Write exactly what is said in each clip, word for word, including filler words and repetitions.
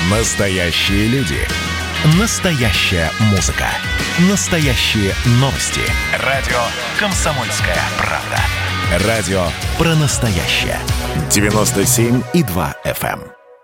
Настоящие люди. Настоящая музыка. Настоящие новости. Радио «Комсомольская правда». Радио про настоящее. девяносто семь и два эф эм.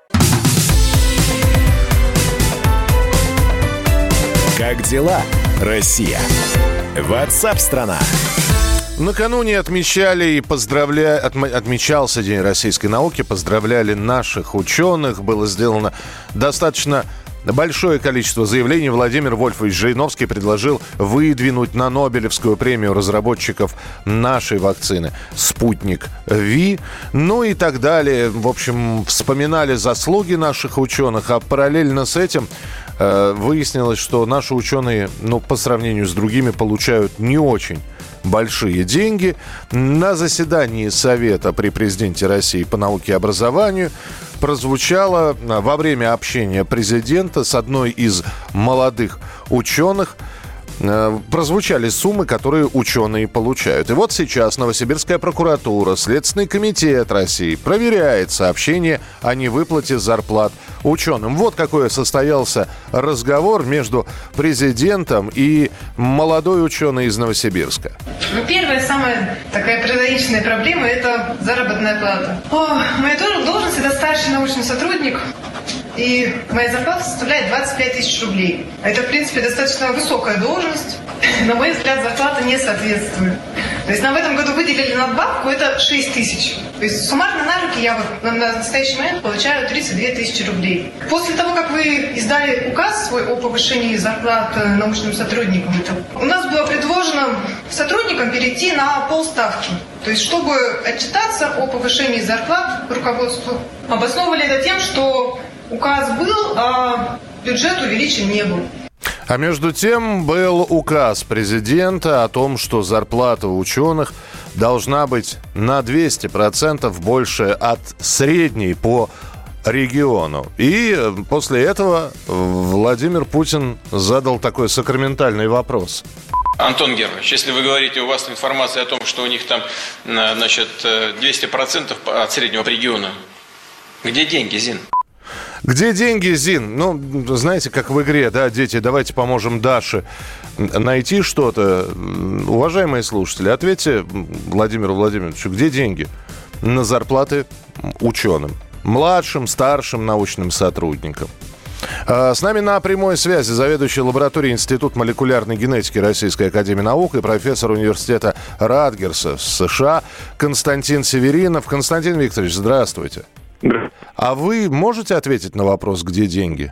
Как дела, Россия? Ватсап-страна! Накануне отмечали и поздравляли, отмечался День российской науки, поздравляли наших ученых. Было сделано достаточно большое количество заявлений. Владимир Вольфович Жириновский предложил выдвинуть на Нобелевскую премию разработчиков нашей вакцины «Спутник Ви», ну и так далее. В общем, вспоминали заслуги наших ученых, а параллельно с этим э, выяснилось, что наши ученые, ну, по сравнению с другими, получают не очень большие деньги. На заседании Совета при президенте России по науке и образованию прозвучало во время общения президента с одной из молодых ученых, прозвучали суммы, которые ученые получают. И вот сейчас Новосибирская прокуратура, Следственный комитет России проверяет сообщение о невыплате зарплат ученым. Вот какой состоялся разговор между президентом и молодой ученой из Новосибирска. Ну, первая, самая такая прозаичная проблема – это заработная плата. О, моя должность – это старший научный сотрудник. И моя зарплата составляет двадцать пять тысяч рублей. Это, в принципе, достаточно высокая должность. На мой взгляд, зарплата не соответствует. То есть нам в этом году выделили надбавку, это шесть тысяч. То есть суммарно на руки я вот на настоящий момент получаю тридцать две тысячи рублей. После того, как вы издали указ свой о повышении зарплат научным сотрудникам, у нас было предложено сотрудникам перейти на полставки. То есть, чтобы отчитаться о повышении зарплат руководству, обосновывали это тем, что указ был, а бюджет увеличен не был. А между тем был указ президента о том, что зарплата ученых должна быть на двести процентов больше от средней по региону. И после этого Владимир Путин задал такой сакраментальный вопрос. Антон Германович, если вы говорите, у вас информация о том, что у них там, значит, двести процентов от среднего по региону, где деньги, Зин? Где деньги, Зин? Ну, знаете, как в игре, да, дети, давайте поможем Даше найти что-то. Уважаемые слушатели, ответьте Владимиру Владимировичу, где деньги на зарплаты ученым? Младшим, старшим научным сотрудникам. С нами на прямой связи заведующий лабораторией Института молекулярной генетики Российской академии наук и профессор университета Ратгерса в США Константин Северинов. Константин Викторович, здравствуйте. А вы можете ответить на вопрос, где деньги?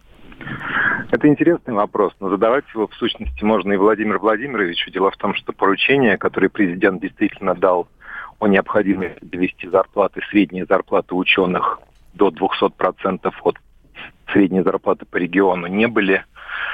Это интересный вопрос, но задавать его, в сущности, можно и Владимиру Владимировичу. Дело в том, что поручение, которое президент действительно дал о необходимости довести зарплаты, средние зарплаты ученых до двести процентов от средней зарплаты по региону, не были,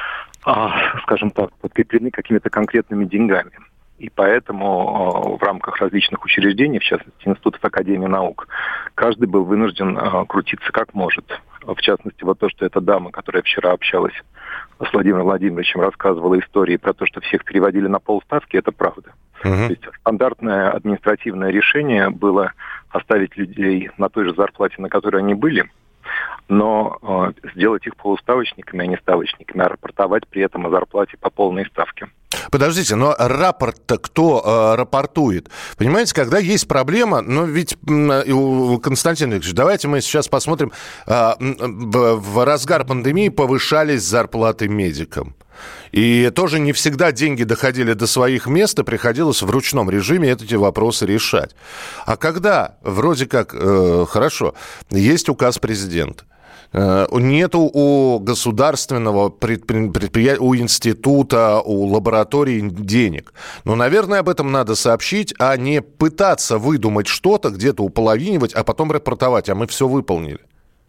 скажем так, подкреплены какими-то конкретными деньгами. И поэтому в рамках различных учреждений, в частности, институтов Академии наук, каждый был вынужден крутиться как может. В частности, вот то, что эта дама, которая вчера общалась с Владимиром Владимировичем, рассказывала истории про то, что всех переводили на полставки, это правда. Uh-huh. То есть стандартное административное решение было оставить людей на той же зарплате, на которой они были, но э, сделать их полуставочниками, а не ставочниками, а рапортовать при этом о зарплате по полной ставке. Подождите, но рапорт-то кто э, рапортует? Понимаете, когда есть проблема, ну ведь, э, Константин Викторович, давайте мы сейчас посмотрим, э, в, в разгар пандемии повышались зарплаты медикам. И тоже не всегда деньги доходили до своих мест, и приходилось в ручном режиме эти вопросы решать. А когда, вроде как, э, хорошо, есть указ президента, э, нету у государственного предприятия, у института, у лаборатории денег, ну, наверное, об этом надо сообщить, а не пытаться выдумать что-то, где-то уполовинивать, а потом рапортовать, а мы все выполнили.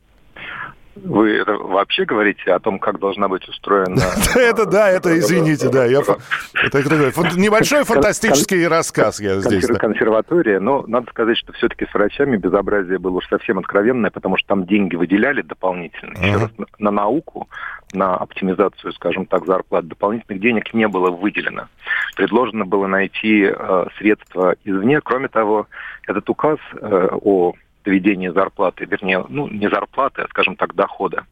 Вы это вообще говорите о том, как должна быть устроена... Это да, это, извините, да. Это небольшой фантастический рассказ я здесь. Консерватория, но надо сказать, что все-таки с врачами безобразие было уж совсем откровенное, потому что там деньги выделяли дополнительно. Еще раз, на науку, на оптимизацию, скажем так, зарплат дополнительных денег не было выделено. Предложено было найти средства извне. Кроме того, этот указ о доведение зарплаты, вернее, ну, не зарплаты, а, скажем так, дохода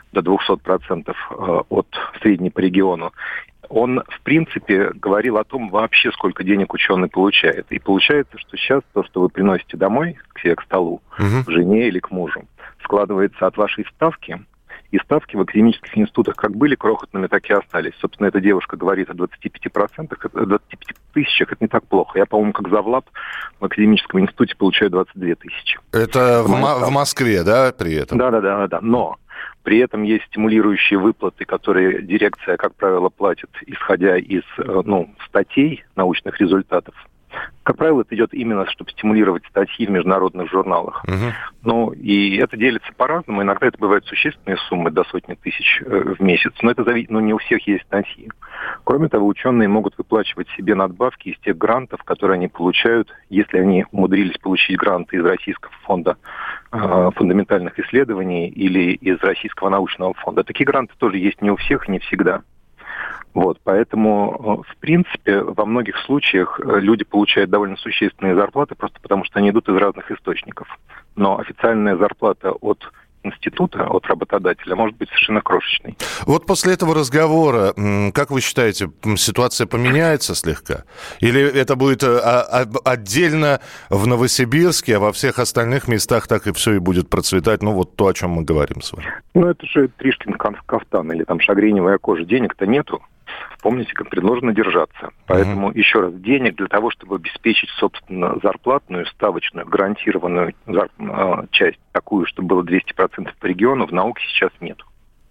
до двести процентов от средней по региону, он, в принципе, говорил о том вообще, сколько денег ученый получает. И получается, что сейчас то, что вы приносите домой к себе к столу, uh-huh. к жене или к мужу, складывается от вашей ставки. И ставки в академических институтах как были крохотными, так и остались. Собственно, эта девушка говорит о двадцати пяти процентах, двадцати пяти тысячах, это не так плохо. Я, по-моему, как завлаб в академическом институте получаю двадцать две тысячи. Это в, М- в Москве, да, при этом? Да-да-да, да. Но при этом есть стимулирующие выплаты, которые дирекция, как правило, платит, исходя из ну, статей научных результатов. Как правило, это идет именно, чтобы стимулировать статьи в международных журналах. Uh-huh. Ну, и это делится по-разному. Иногда это бывают существенные суммы до сотни тысяч э, в месяц. Но это зависит, ну, не у всех есть статьи. Кроме того, ученые могут выплачивать себе надбавки из тех грантов, которые они получают, если они умудрились получить гранты из Российского фонда э, фундаментальных исследований или из Российского научного фонда. Такие гранты тоже есть не у всех и не всегда. Вот, поэтому, в принципе, во многих случаях люди получают довольно существенные зарплаты просто потому, что они идут из разных источников. Но официальная зарплата от института, от работодателя может быть совершенно крошечной. Вот после этого разговора, как вы считаете, ситуация поменяется слегка? Или это будет отдельно в Новосибирске, а во всех остальных местах так и все и будет процветать? Ну, вот то, о чем мы говорим с вами. Ну, это же Тришкин кафтан или там шагреневая кожа. Денег-то нету. Помните, как предложено держаться. Поэтому, uh-huh. еще раз, денег для того, чтобы обеспечить, собственно, зарплатную, ставочную, гарантированную зар... часть, такую, чтобы было двести процентов по региону, в науке сейчас нету.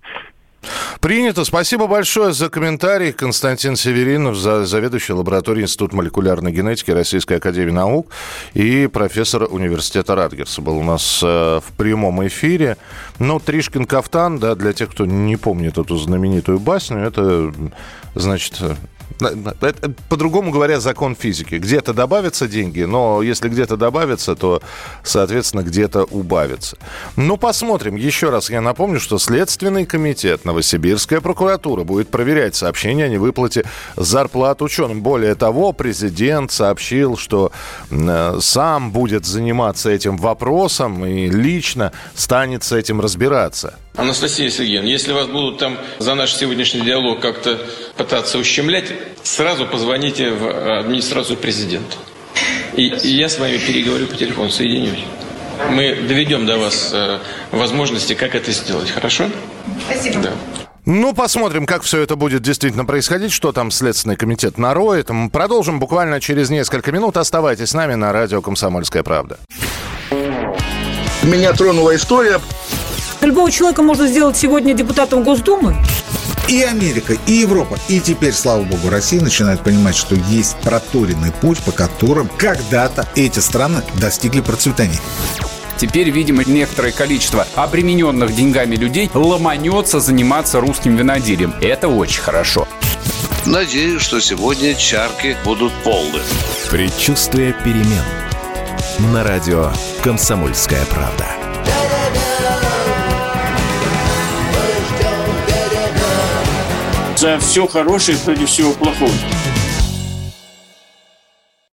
Принято. Спасибо большое за комментарий. Константин Северинов, заведующий лабораторией Института молекулярной генетики Российской академии наук и профессор университета Ратгерса был у нас э, в прямом эфире. Ну, Тришкин кафтан, да, для тех, кто не помнит эту знаменитую басню, это, значит... Это, по-другому говоря, закон физики. Где-то добавятся деньги, но если где-то добавится, то, соответственно, где-то убавится. Ну, посмотрим. Еще раз я напомню, что Следственный комитет, Новосибирская прокуратура будет проверять сообщения о невыплате зарплат ученым. Более того, президент сообщил, что э, сам будет заниматься этим вопросом и лично станет с этим разбираться. Анастасия Сергеевна, если вас будут там за наш сегодняшний диалог как-то пытаться ущемлять, сразу позвоните в администрацию президента. И, и я с вами переговорю по телефону, соединюсь. Мы доведем до вас э, возможности, как это сделать. Хорошо? Спасибо. Да. Ну, посмотрим, как все это будет действительно происходить, что там Следственный комитет нароет. Мы продолжим буквально через несколько минут. Оставайтесь с нами на радио «Комсомольская правда». Меня тронула история. Любого человека можно сделать сегодня депутатом Госдумы. И Америка, и Европа, и теперь, слава богу, Россия начинает понимать, что есть проторенный путь, по которым когда-то эти страны достигли процветания. Теперь, видимо, некоторое количество обремененных деньгами людей ломанется заниматься русским виноделием. Это очень хорошо. Надеюсь, что сегодня чарки будут полны. Предчувствие перемен. На радио «Комсомольская правда». За все хорошее против всего плохого.